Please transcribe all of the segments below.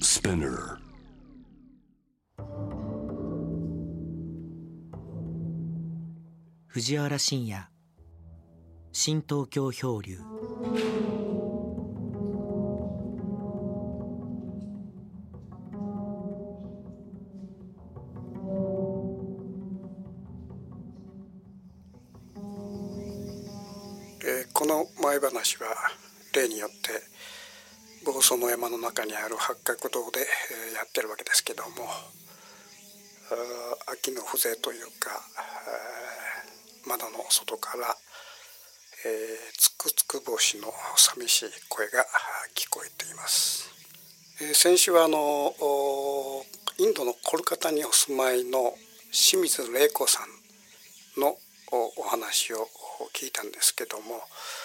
Spinner. 藤原信也新東京漂流。 この前話は例によって房総の山の中にある八角堂でやってるわけですけども、秋の風情というか窓の外からつくつく星の寂しい声が聞こえています。先週はインドのコルカタにお住まいの清水玲子さんのお話を聞いたんですけども、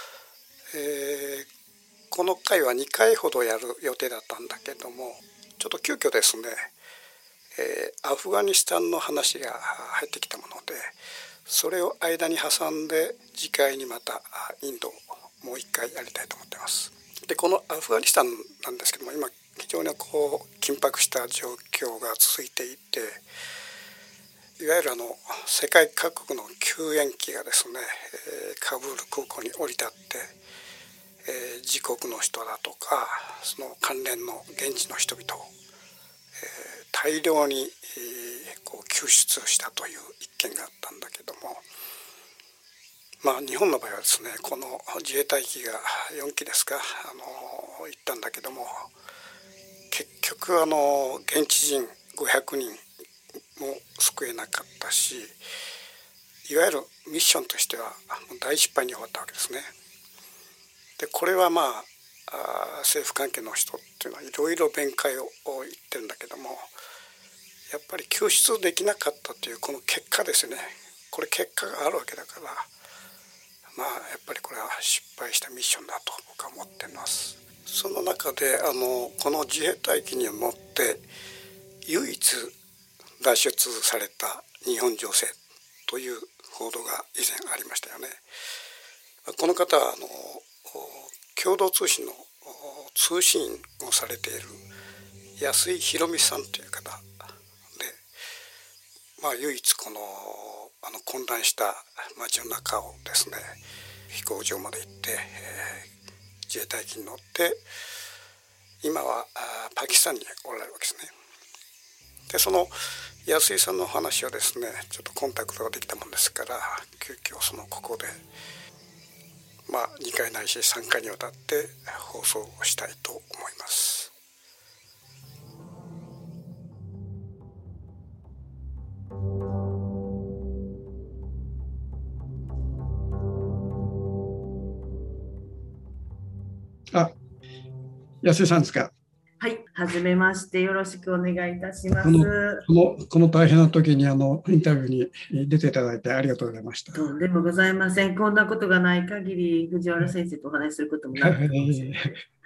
この回は2回ほどやる予定だったんだけども、ちょっと急遽ですね、アフガニスタンの話が入ってきたもので、それを間に挟んで次回にまたインドをもう1回やりたいと思っています。でこのアフガニスタンなんですけども、今非常に緊迫した状況が続いていて、いわゆる世界各国の救援機がですね、カブール空港に降り立って、自国の人だとかその関連の現地の人々を、大量に、救出したという一件があったんだけども、日本の場合はですね、この自衛隊機が4機ですか、行ったんだけども、結局現地人500人も救えなかったし、いわゆるミッションとしては大失敗に終わったわけですね。でこれは政府関係の人っていうのはいろいろ弁解を言ってるんだけども、やっぱり救出できなかったというこの結果ですね、これ結果があるわけだから、やっぱりこれは失敗したミッションだと僕は思っています。その中でこの自衛隊機に乗って唯一脱出された日本女性という報道が以前ありましたよね。この方は共同通信の通信員をされている安井博美さんという方で、唯一この混乱した街の中をですね、飛行場まで行って、自衛隊機に乗って今はパキスタンにおられるわけですね。でその安井さんの話をですね、ちょっとコンタクトができたもんですから、急遽ここで2回ないし3回にわたって放送をしたいと思います。安井さんですか。 はい、はじめまして、よろしくお願いいたします。 この大変な時にインタビューに出ていただいてありがとうございました。 とんでもございません。こんなことがない限り、藤原先生とお話しすることもないかもしれ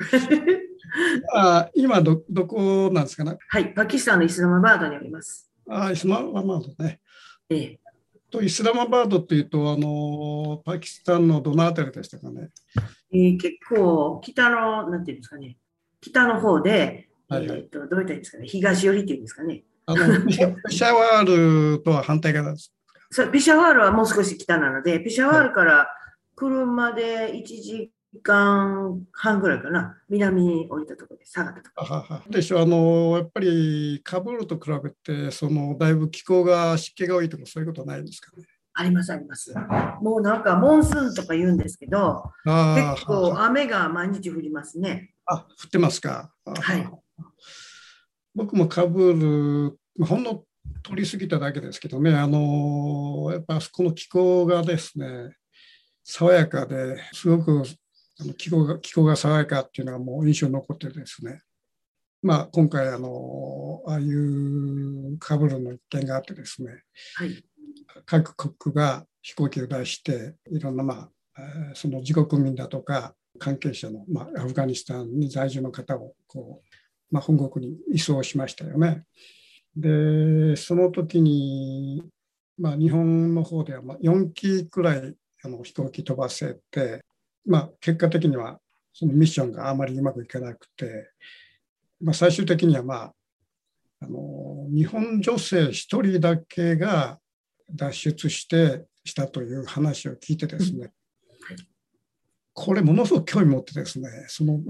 ない。 今どこなんですかね。 はい、パキスタンのイスラマバードにあります。 イスラマバードね。 イスラマバードっていうとパキスタンのどのあたりでしたかね。 結構北のなんていうんですかね、北の方で、どういったらいいんですかね、東寄りっていうんですかね。 ペシャワールとは反対側です。 ペシャワールはもう少し北なので、ペシャワールから車で1時間半ぐらいかな、南に降りたところで下がったところでしょ。やっぱりカブールと比べてだいぶ気候が湿気が多いとか、そういうことはないんですかね。 ありますあります。もうなんかモンスーンとか言うんですけど、結構雨が毎日降りますね。 降ってますか。 はい。 僕もカブール、ほんの通り過ぎただけですけどね、やっぱこの気候がですね、爽やかですごく気候が爽やかっていうのがもう印象に残ってですね、今回ああいうカブールの一件があってですね、 はい、 各国が飛行機を出していろんなその自国民だとか関係者のアフガニスタンに在住の方を本国に移送しましたよね。でその時に、日本の方では4機くらい飛行機飛ばせて、結果的にはそのミッションがあまりうまくいかなくて、 最終的には、日本女性一人だけが脱出したという話を聞いてですね、これものすごく興味持ってですね、その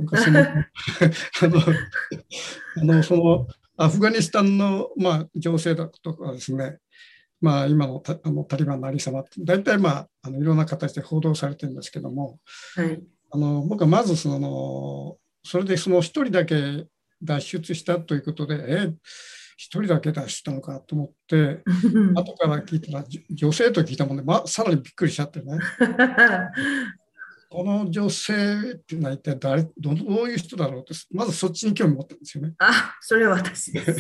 アフガニスタンの、情勢だとかですね、今のタリバンのありさまって大体、いろんな形で報道されてるんですけども、 はい、 僕はまずそれで一人だけ脱出したということで、一人だけ脱出したのかと思って、後から聞いたら女性と聞いたもんで、さらにびっくりしちゃってね。この女性っていうのは一体どういう人だろうって、まずそっちに興味持ったんですよね。 それは私です。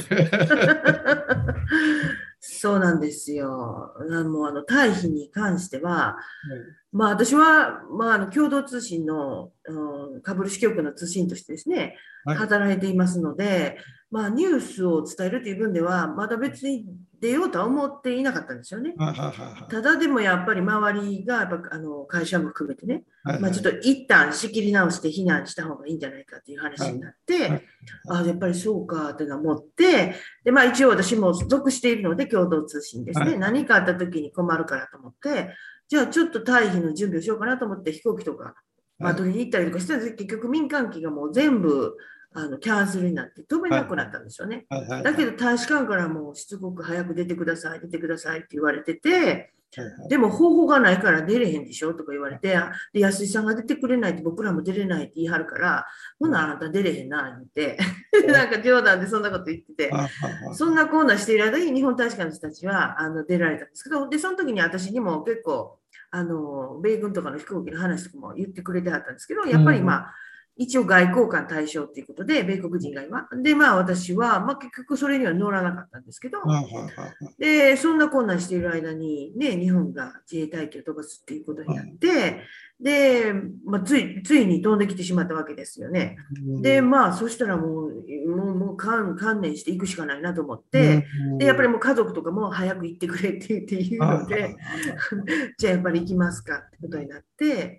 そうなんですよ。もう退避に関しては、私は、共同通信の、カブール支局の通信としてですね、働いていますので、ニュースを伝えるという分では、まだ別に出ようとは思っていなかったんですよね。ただでもやっぱり周りが会社も含めてね、ちょっと一旦仕切り直して避難した方がいいんじゃないかっていう話になって、やっぱりそうかって思って、で、一応私も属しているので、共同通信ですね、何かあった時に困るからと思って、じゃあちょっと退避の準備をしようかなと思って飛行機とか、取りに行ったりとかしてたんですけど、結局民間機がもう全部キャンセルになって飛べなくなったんですよね。だけど大使館からもしつこく早く出てくださいって言われてて、でも方法がないから出れへんでしょとか言われて、で安井さんが出てくれないって僕らも出れないって言い張るから、ほなあなた出れへんなって、なんか冗談でそんなこと言ってて、そんなこんなしている間に日本大使館の人たちは出られたんですけど、でその時に私にも結構米軍とかの飛行機の話とかも言ってくれてはったんですけど、やっぱり一応外交官対象ということで、米国人以外は。で、私は、結局それには乗らなかったんですけど、で、そんな困難している間に、ね、日本が自衛隊機を飛ばすっていうことになって、で、ついに飛んできてしまったわけですよね。で、そしたらもう観念していくしかないなと思って、で、やっぱりもう家族とかも早く行ってくれって言うので、じゃあやっぱり行きますかってことになって、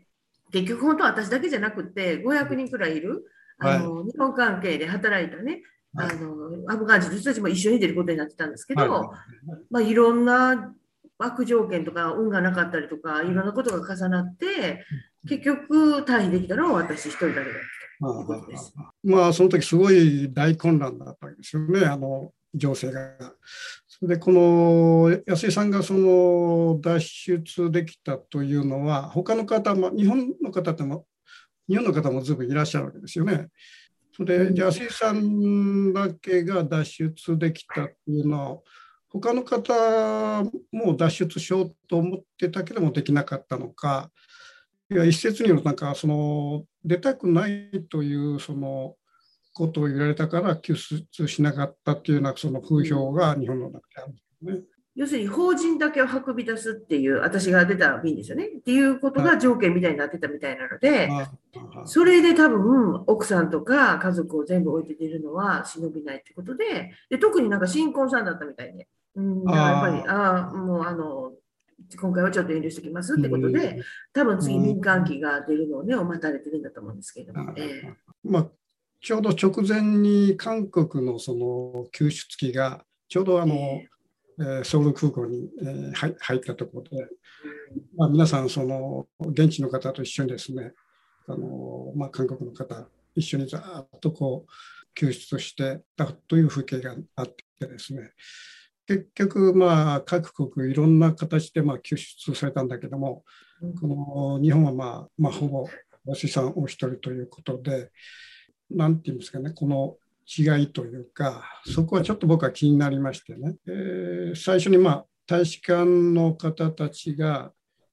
結局本当は私だけじゃなくて500人くらいいる日本関係で働いたねアフガン人の人たちも一緒に出ることになってたんですけど、いろんな悪条件とか運がなかったりとかいろんなことが重なって結局退避できたのは私一人だけだったということです。 その時すごい大混乱だったわけですよね、情勢が。それでこの安井さんがその脱出できたというのは他の方も日本の方もずいぶんいらっしゃるわけですよね。それで安井さんだけが脱出できたというのは他の方も脱出しようと思ってたけどもできなかったのか、一説によると出たくないということを言われたから救出しなかったっていうような風評が日本の中であるんですよね。 要するに法人だけを運び出すっていう私が出た便ですよねっていうことが条件みたいになってたみたいなので、それで多分奥さんとか家族を全部置いて出るのは忍びないってことで、特になんか新婚さんだったみたいで、やっぱりもう今回はちょっと遠慮しておきますってことで、多分次民間機が出るのをね待たれてるんだと思うんですけども。 ちょうど直前に韓国のその救出機がちょうどソウル空港に入ったところで、皆さん現地の方と一緒にですね韓国の方一緒にざーっと救出してたという風景があってですね、結局各国いろんな形で救出されたんだけども、この日本はほぼ安井さんお一人ということで、なんていうんですかね、この違いというか、そこはちょっと僕は気になりましてね、最初に大使館の方たちが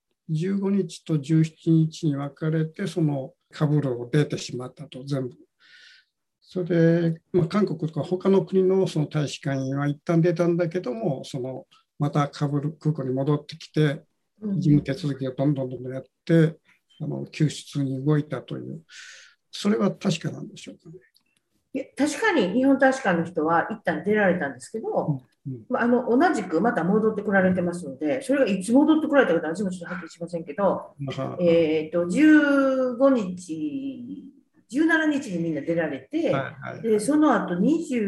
15日と17日に分かれてカブールを出てしまったと、全部。それで、韓国とか他の国の大使館員は一旦出たんだけども、またカブール空港に戻ってきて事務手続きをどんどんやって救出に動いたという、それは確かなんでしょうかね。 確かに日本大使館の人は一旦出られたんですけど、同じくまた戻ってこられてますので、それがいつ戻ってこられたか私もちょっとはっきりしませんけど、15日 17日にみんな出られて、でその後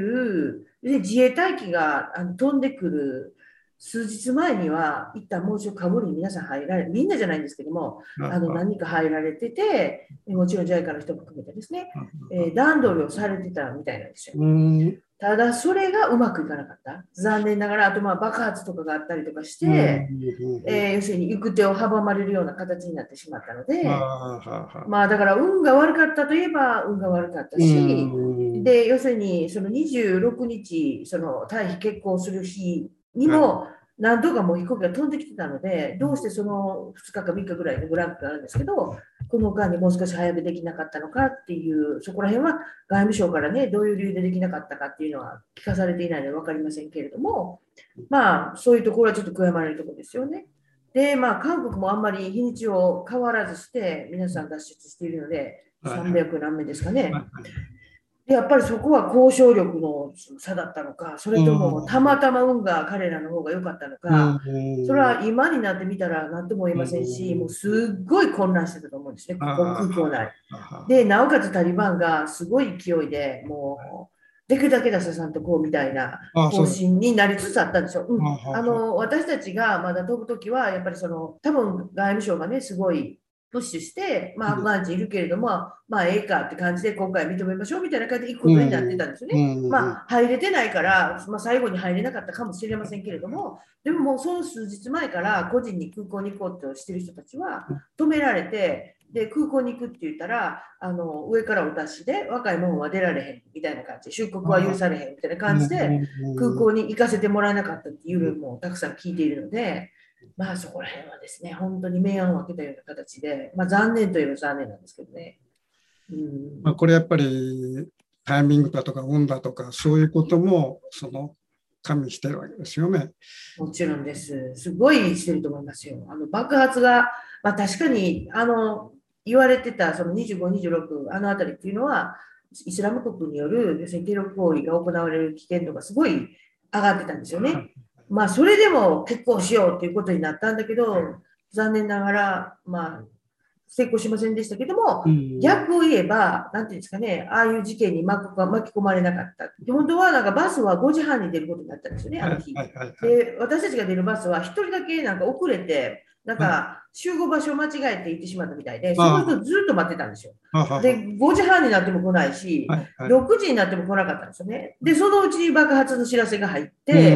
20で自衛隊機が飛んでくる数日前には一旦もう一度カブールに皆さん入られて、みんなじゃないんですけども、何人か入られてて、もちろん JICA の人も含めてですね、段取りをされてたみたいなんですよ。ただそれがうまくいかなかった。残念ながら、あと爆発とかがあったりとかして、要するに行く手を阻まれるような形になってしまったので、だから運が悪かったといえば運が悪かったし、で要するにその26日、その退避決行する日にも何度かもう飛行機が飛んできてたので、どうしてその2日か3日ぐらいのブランクがあるんですけど、この間にもう少し早くできなかったのかっていう、そこら辺は外務省からね、どういう理由でできなかったかっていうのは聞かされていないので分かりませんけれども、そういうところはちょっと悔やまれるところですよね。で、韓国もあんまり日にちを変わらずして皆さん脱出しているので、300何名ですかね。でやっぱりそこは交渉力の差だったのか、それともたまたま運が彼らの方が良かったのか、それは今になってみたら何とも言えませんし、もうすっごい混乱してたと思うんですね、ここ空港内。で、なおかつタリバンがすごい勢いでもう、できるだけ出ささんとこうみたいな方針になりつつあったんですよ。私たちがまだ飛ぶときは、やっぱり多分外務省がね、すごいプッシュして、アフガン人いるけれども、ええかって感じで今回認めましょうみたいな感じで行くことになってたんですよね。入れてないから、最後に入れなかったかもしれませんけれども、でももうその数日前から個人に空港に行こうとしてる人たちは止められて、で空港に行くって言ったら上からお達しで若い者は出られへんみたいな感じで、出国は許されへんみたいな感じで空港に行かせてもらえなかったっていうのもたくさん聞いているので、そこら辺はですね、本当に明暗を分けたような形で、残念といえば残念なんですけどね。 これやっぱりタイミングだとか運だとかそういうことも加味してるわけですよね。 もちろんです。すごいしてると思いますよ。爆発が、確かに言われてたその25、26あたりっていうのはイスラム国による要するにテロ行為が行われる危険度がすごい上がってたんですよね。それでも結構しようということになったんだけど、残念ながら、成功しませんでしたけども、逆を言えば、なんていうんですかね、ああいう事件に巻き込まれなかった。本当はバスは5時半に出ることになったんですよね、あの日。で、私たちが出るバスは1人だけ遅れて、集合場所を間違えて行ってしまったみたいで、その人ずっと待ってたんですよ。で、5時半になっても来ないし、6時になっても来なかったんですよね。で、そのうちに爆発の知らせが入って、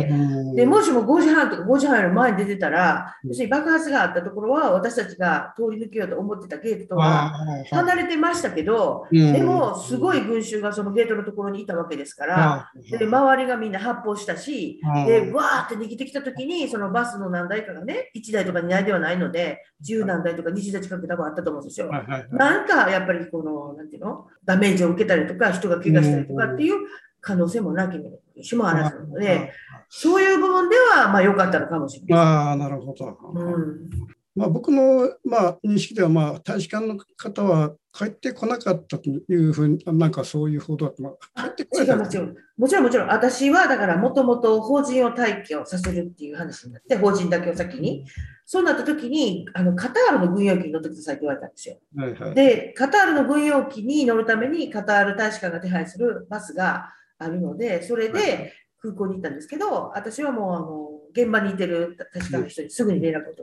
でもしも5時半とか5時半より前に出てたら、要するに爆発があったところは私たちが通り抜けようと思ってたゲートとは離れてましたけど、でもすごい群衆がそのゲートのところにいたわけですから、で周りがみんな発砲したし、で、わーって逃げてきたときに、そのバスの何台かがね、1台とか2台ではないので、10何台とか20台近く多分あったと思うんですよ。なんかやっぱりなんていうの、ダメージを受けたりとか、人が怪我したりとかっていう可能性もなきにしもあらずなので、そういう部分では良かったのかもしれない。 なるほど。僕の認識では大使館の方は帰ってこなかったというふうに、そういう報道は帰ってこなかった。違いますよ。もちろん、私はだからもともと法人を退去させるっていう話になって、法人だけを先に。そうなった時にカタールの軍用機に乗ってくださいって言われたんですよ。で、カタールの軍用機に乗るためにカタール大使館が手配するバスがあるので、それで空港に行ったんですけど、私はもう現場にいてる大使館の人にすぐに連絡を取って、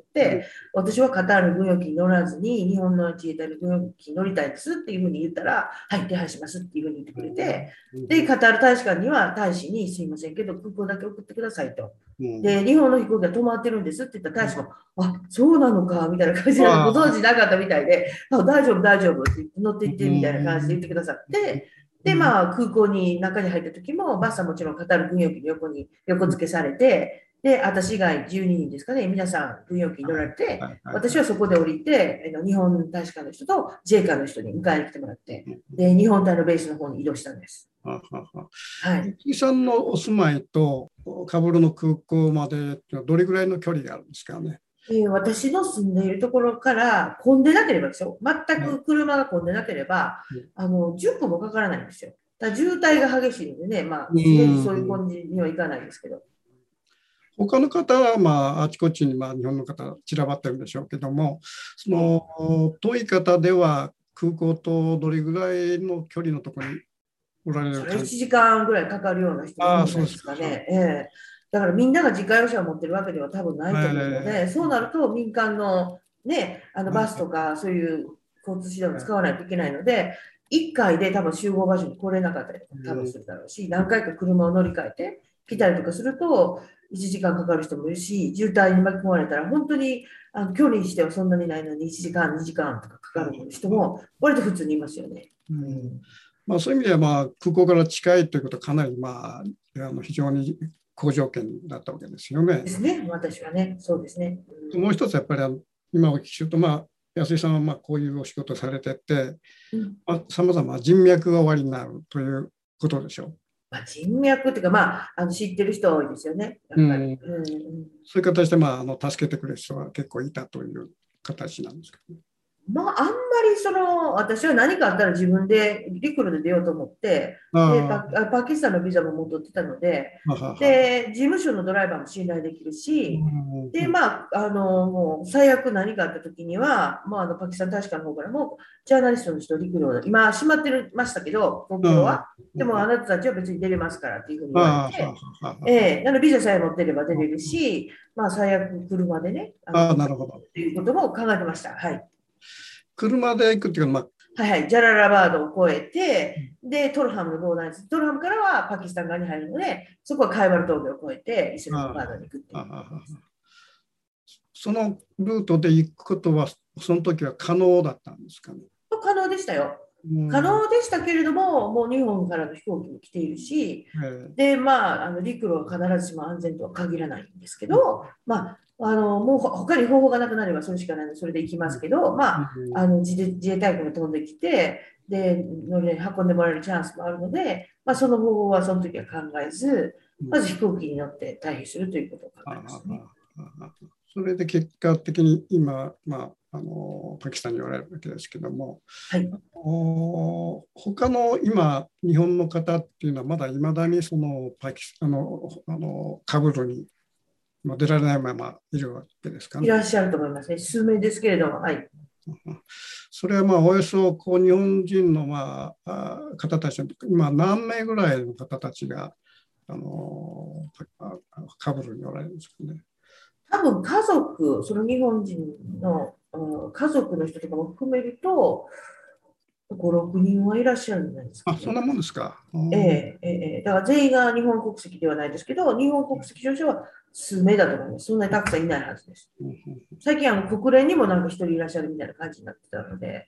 私はカタールの軍用機に乗らずに日本の自衛隊の軍用機に乗りたいですっていうふうに言ったら、はい、手配しますっていうふうに言ってくれて、で、カタール大使館には大使にすいませんけど空港だけ送ってくださいと。で、日本の飛行機が止まってるんですって言ったら大使が、そうなのかみたいな感じでご存知なかったみたいで、大丈夫大丈夫って乗っていってみたいな感じで言ってくださって、で、空港に中に入った時も、バスはもちろんカタール軍用機の横に横付けされて、で、私以外12人ですかね、皆さん軍用機に乗られて、私はそこで降りて、日本大使館の人と自衛官の人に迎えに来てもらって、で、日本隊のベースの方に移動したんです。 木さんのお住まいとカブールの空港までどれぐらいの距離があるんですかね。 私の住んでいるところから混んでなければですよ、全く車が混んでなければ、10分もかからないんですよ。渋滞が激しいのでね、そういう感じにはいかないですけど。 他の方は、あちこちに日本の方散らばってるんでしょうけども、その遠い方では空港とどれぐらいの距離のところにおられる 1時間ぐらいかかるような人もいるんですかね。だからみんなが自家用車を持ってるわけでは多分ないと思うので、そうなると民間の、ね、バスとかそういう交通手段を使わないといけないので、1回で多分集合場所に来れなかったりとか多分するだろうし、何回か車を乗り換えて来たりとかすると1時間かかる人もいるし、渋滞に巻き込まれたら本当に距離にしてはそんなにないのに1時間、2時間とかかかる人も割と普通にいますよね。 そういう意味では、空港から近いということはかなり、非常に好条件だったわけですよね。 ですね、私はね、そうですね。 もう一つやっぱり今お聞きすると、安井さんはこういうお仕事をされてて、さまざま人脈がおありになるということでしょう。 人脈っていうか、知ってる人多いですよね。やっぱりそういう形で、助けてくれる人が結構いたという形なんですけどね。 あんまり私は何かあったら自分で陸路で出ようと思って、パキスタンのビザも戻ってたので、事務所のドライバーも信頼できるし、で、もう最悪何かあった時には、パキスタン大使館の方からも、ジャーナリストの人、陸路で、今閉まってましたけど、東京は。でもあなたたちは別に出れますからっていうふうに言われて、ビザさえ持ってれば出れるし、最悪車でね、 なるほど。 ということも考えてました。はい。 車で行くっていうか、 ジャララバードを越えて、で、トルハムのボーダーに、トルハムからはパキスタン側に入るので、そこはカイバル峠を越えて、イスラムバードに行くっていう。 そのルートで行くことは、その時は可能だったんですかね。 可能でしたよ。可能でしたけれども、もう日本からの飛行機も来ているし、で、陸路は必ずしも安全とは限らないんですけど、もう他に方法がなくなればそれしかないので、それで行きますけど、自衛隊機が飛んできて、で、乗り運んでもらえるチャンスもあるので、その方法はその時は考えず、まず飛行機に乗って退避するということを考えましたね。 それで結果的に今、パキスタンにおられるわけですけども、他の今、日本の方っていうのは、まだいまだにそのカブールに出られないままいるわけですかね。 いらっしゃると思いますね。数名ですけれども、はい。 それはおよそ日本人の方たち、今何名ぐらいの方たちがカブールにおられるんですかね。 多分家族、その日本人の家族の人とかも含めると、5、6人はいらっしゃるんじゃないですか、ね。 そんなもんですか。 だから全員が日本国籍ではないですけど、日本国籍証書は数名だと思います。そんなにたくさんいないはずです。最近国連にも一人いらっしゃるみたいな感じになってたので。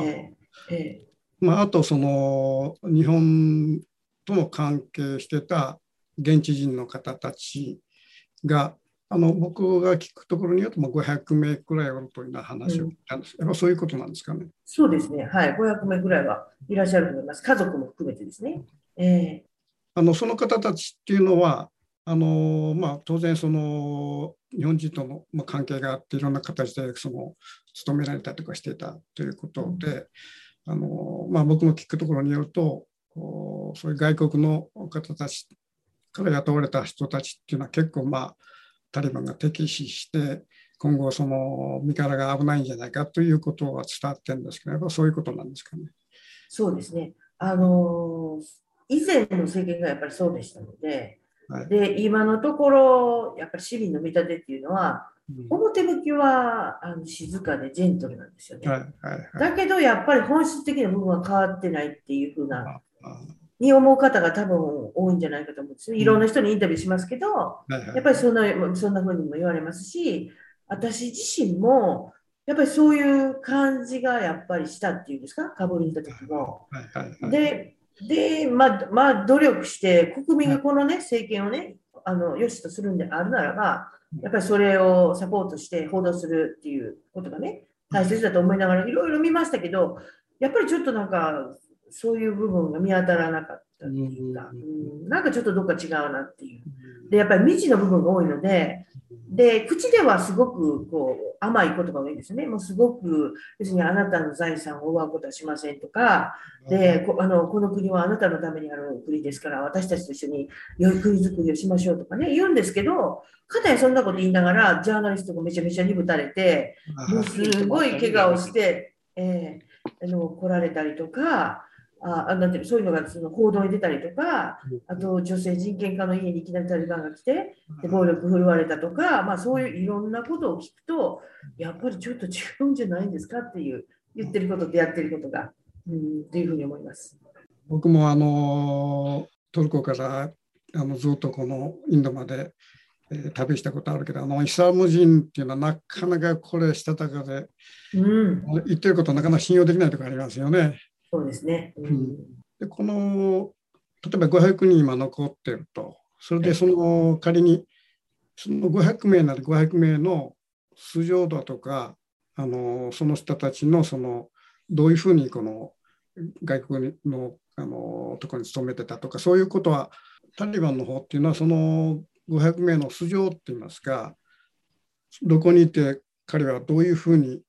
あと日本とも関係してた現地人の方たちが、僕が聞くところによると500名くらいおるというような話を聞いたんですけど、そういうことなんですかね。 そうですね、はい、500名くらいはいらっしゃると思います。家族も含めてですね。 その方たちっていうのは、当然日本人との関係があって、いろんな形で勤められたりとかしていたということで、僕の聞くところによると、そういう外国の方たちから雇われた人たちっていうのは結構タリバンが敵視して今後身柄が危ないんじゃないかということは伝わってるんですけど、やっぱそういうことなんですかね。 そうですね。以前の政権がやっぱりそうでしたので、で今のところやっぱり市民の見立てっていうのは、表向きは静かでジェントルなんですよね。だけどやっぱり本質的な部分は変わってないっていうふうなに思う方が多分多いんじゃないかと思うんですね。いろんな人にインタビューしますけど、やっぱりそんな風にも言われますし、私自身もやっぱりそういう感じがやっぱりしたっていうんですか、カブールにいた時も。で、努力して国民がこのね、政権をね、良しとするんであるならば、やっぱりそれをサポートして報道するっていうことがね、大切だと思いながらいろいろ見ましたけど、やっぱりちょっとそういう部分が見当たらなかったっていうか、なんかちょっとどっか違うなっていう。で、やっぱり未知の部分が多いので、口ではすごく甘い言葉がいいですね。もうすごく、別にあなたの財産を奪うことはしませんとか、で、この国はあなたのためにある国ですから、私たちと一緒に良い国づくりをしましょうとかね、言うんですけど、かたやそんなこと言いながら、ジャーナリストがめちゃめちゃにぶたれて、もうすごい怪我をして、 来られたりとか、なんていうの、そういうのがその報道に出たりとか、あと女性人権家の家にいきなりタリバンが来て、で暴力振るわれたとか、そういういろんなことを聞くと、やっぱりちょっと違うんじゃないんですかっていう、言ってることとやってることが、っていうふうに思います。 僕もトルコからずっとこのインドまで、旅したことあるけど、イスラム人っていうのはなかなかこれしたたかで、言ってることなかなか信用できないところありますよね。 そうですね。 でこの例えば500人今残ってると、それで仮にその500名なら500名の素性だとか、その人たちのどういうふうにこの外国のところに勤めてたとか、そういうことはタリバンの方っていうのはその500名の素性っていいますか、どこにいて彼はどういうふうに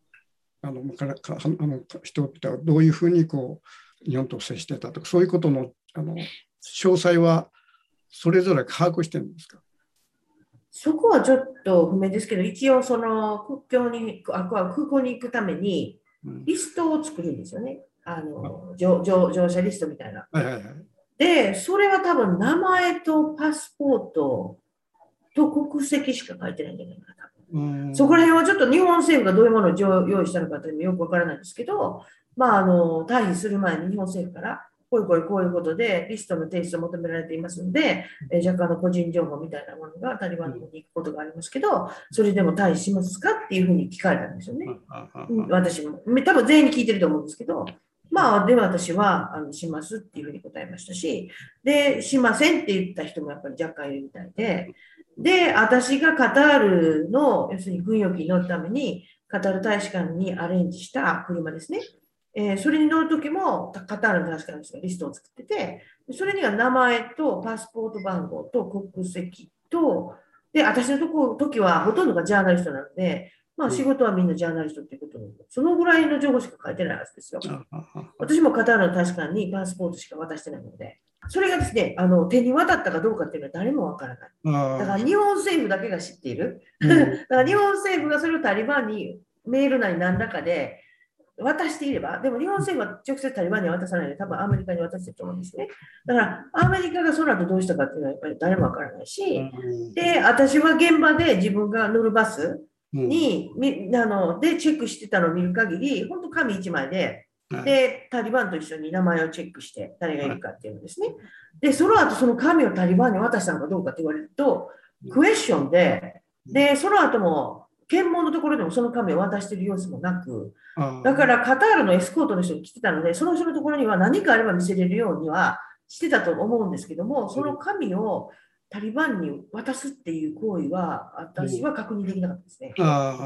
人々はどういうふうにこう日本と接してたとか、そういうことの詳細はそれぞれ把握してるんですか？ そこはちょっと不明ですけど、一応その空港に行くためにリストを作るんですよね。乗車リストみたいな。で、それは多分名前とパスポートと国籍しか書いてないんじゃないかな。そこら辺はちょっと日本政府がどういうものを用意したのかというのもよくわからないんですけど、退避する前に日本政府からこういうことでリストの提出を求められていますので、若干の個人情報みたいなものがタリバンの方に行くことがありますけど、それでも退避しますかっていうふうに聞かれたんですよね。私も多分全員に聞いてると思うんですけど、で私はしますっていうふうに答えましたし、でしませんって言った人もやっぱり若干いるみたいで、私がカタールの要するに軍用機に乗るためにカタール大使館にアレンジした車ですね。それに乗るときもカタールの大使館の人がリストを作ってて、それには名前とパスポート番号と国籍と、で私の時はほとんどがジャーナリストなので、仕事はみんなジャーナリストっていうことで、そのぐらいの情報しか書いてないはずですよ。私もカタールの大使館にパスポートしか渡してないので、それがですね、手に渡ったかどうかっていうのは誰もわからない。だから日本政府だけが知っている。だから日本政府がそれをタリバンにメールなり何らかで渡していれば、でも日本政府は直接タリバンには渡さないで、多分アメリカに渡してると思うんですね。だからアメリカがその後どうしたかっていうのはやっぱり誰もわからないし、で、私は現場で自分が乗るバスに、でチェックしてたのを見る限り、本当紙1枚で、タリバンと一緒に名前をチェックして誰がいるかっていうのですね。で、その後その紙をタリバンに渡したのかどうかって言われると、クエスチョンで、その後も検問のところでもその紙を渡している様子もなく、だからカタールのエスコートの人が来てたので、その人のところには何かあれば見せれるようにはしてたと思うんですけども、その紙をタリバンに渡すっていう行為は私は確認できなかったですね。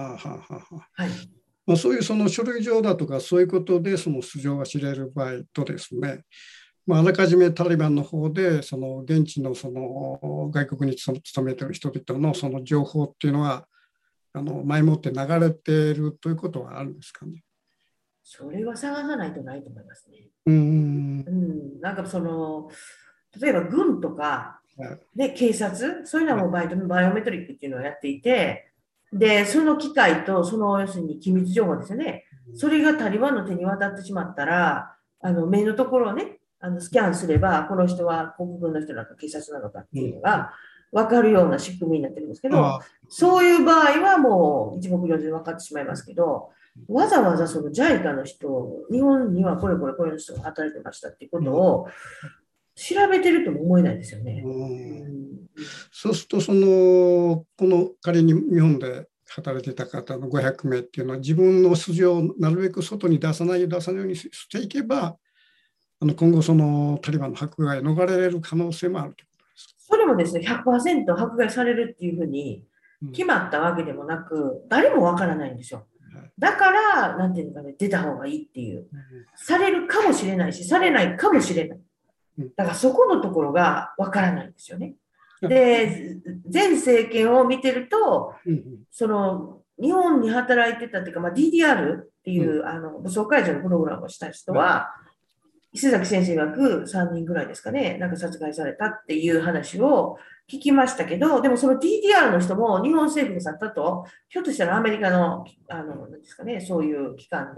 そういうその書類上だとかそういうことでその素性が知れる場合とですね、あらかじめタリバンの方でその現地のその外国に勤めている人々のその情報っていうのは前もって流れているということはあるんですかね。 それは探さないとないと思いますね。なんか例えば軍とかで警察、そういうのはもうバイオメトリックっていうのをやっていて、でその機械とその要するに機密情報ですよね。それがタリバンの手に渡ってしまったら、目のところをねスキャンすれば、この人は国軍の人なのか警察なのかっていうのが分かるような仕組みになってるんですけど、そういう場合はもう一目瞭然で分かってしまいますけど、わざわざその JICA の人、日本にはこれの人が働いてましたっていうことを調べてるとも思えないですよね。 そうするとこの仮に日本で働いていた方の500名っていうのは自分の素性をなるべく外に出さないようにしていけば、今後そのタリバンの迫害を逃れれる可能性もあるということですか？ それもですね、100% 迫害されるっていうふうに決まったわけでもなく、誰もわからないんですよ。だから、なんていうのかね、出た方がいいっていう。されるかもしれないし、されないかもしれない。だからそこのところがわからないんですよね。で、前政権を見てると、日本に働いてたっていうか、DDR っていう武装解除のプログラムをした人は、伊勢崎先生が3人ぐらいですかね、なんか殺害されたっていう話を聞きましたけど、でもその DDR の人も日本政府が去ったと、ひょっとしたらアメリカの、なんですかね、そういう機関で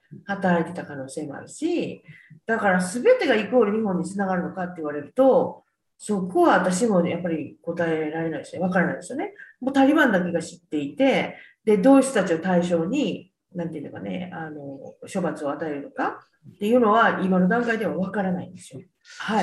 働いてた可能性もあるし、だから全てがイコール日本につながるのかって言われると、そこは私もやっぱり答えられないですね。わからないですよね。もうタリバンだけが知っていて、で、どういう人たちを対象に、なんていうのかね、処罰を与えるのかっていうのは、今の段階ではわからないんですよ。はい。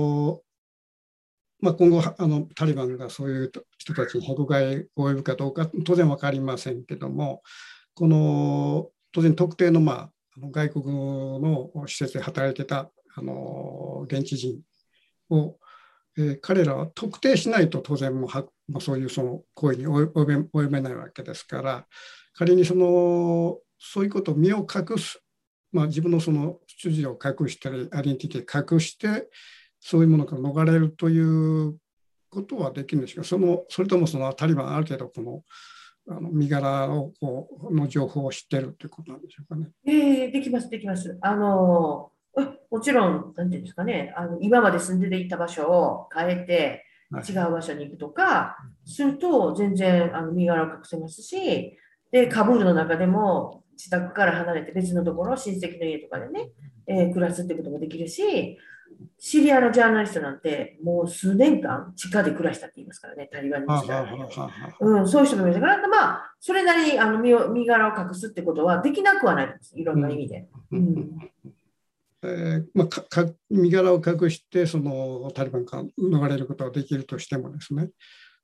今後タリバンがそういう人たちに迫害を及ぶかどうか当然分かりませんけども、この当然特定の、外国の施設で働いてた現地人を、彼らは特定しないと当然そういうその行為に及べないわけですから、仮にそういうことを身を隠す、自分のその出自を隠したりアイデンティティを隠してそういうものから逃れるということはできるんですが、それともタリバンある程度身柄の情報を知っているということなんでしょうかね。 できます、できます。もちろん、なんていうんですかね、今まで住んでいた場所を変えて、違う場所に行くとか、すると全然身柄を隠せますし、で、カブールの中でも自宅から離れて別のところ、親戚の家とかでね、暮らすってこともできるし、シリアのジャーナリストなんて、もう数年間地下で暮らしたって言いますからね、タリバンに時代そういう人もいますから、それなりに身柄を隠すってことはできなくはないです、いろんな意味で。 身柄を隠してタリバンから逃れることができるとしてもですね、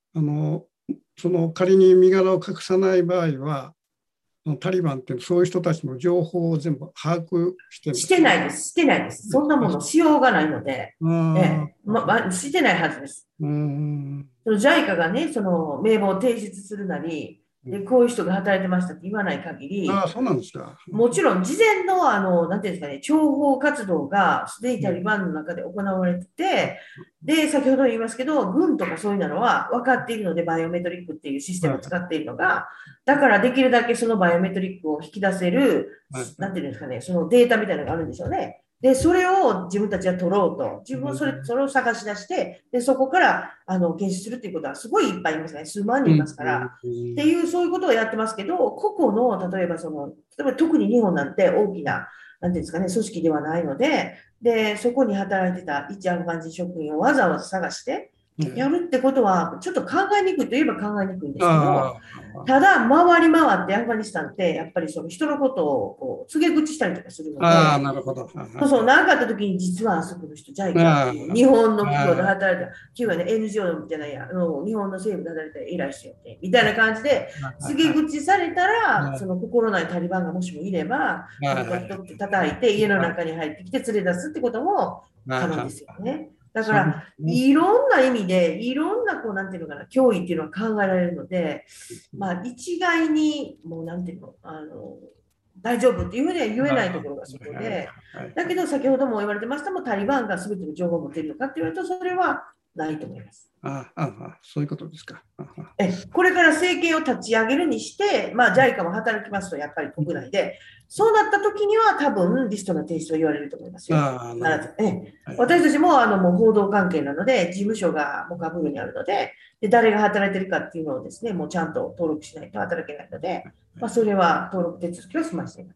仮に身柄を隠さない場合は、タリバンってそういう人たちの情報を全部把握してるんですか？ してないです。してないです。そんなものしようがないので、してないはずです。その JICA がね、その名簿を提出するなり、でこういう人が働いてましたって言わない限り、 そうなんですか。 もちろん事前のなんていうんですかね、諜報活動がすでにタリバンの中で行われてて、で、先ほど言いますけど、軍とかそういうのは分かっているので、バイオメトリックっていうシステムを使っているのが、だからできるだけそのバイオメトリックを引き出せる、なんていうんですかね、そのデータみたいなのがあるんでしょうね。で、それを自分たちは取ろうと、自分はそれを探し出して、で、そこから検出するっていうことはすごいいっぱいいますね。数万人いますから。っていう、そういうことをやってますけど、個々の、例えば特に日本なんて大きな、なんていうんですかね、組織ではないので、で、そこに働いてた一アフガン人職員をわざわざ探して、やるってことは、ちょっと考えにくいといえば考えにくいんですけど、ただ、回り回ってアフガニスタンって、やっぱりその人のことをこう告げ口したりとかするので、 なるほど。 何かあった時に、実はあそこの人、JICA っていう、日本の企業で働いた、企業はね、NGO じゃないや、日本の政府で働いた偉い人やって、みたいな感じで、告げ口されたら、その心ないタリバンがもしもいれば、って叩いて、家の中に入ってきて連れ出すってことも可能ですよね。だから、いろんな意味で、いろんな、なんていうのかな、脅威っていうのは考えられるので、一概に、もう、なんていうの、大丈夫っていうふうには言えないところがそこで、だけど先ほども言われてましたもタリバンが全ての情報を持っているのかって言われるとそれはないと思います。 そういうことですか。 これから政権を立ち上げるにして、JICA も働きますとやっぱり国内で、そうなった時には多分リストの提出を言われると思いますよ。私たちももう報道関係なので、事務所がもうカブールにあるので、誰が働いてるかっていうのをですね、もうちゃんと登録しないと働けないので、それは登録手続きを済ませています。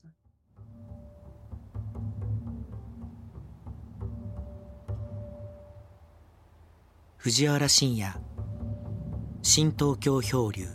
藤原信也、新東京漂流。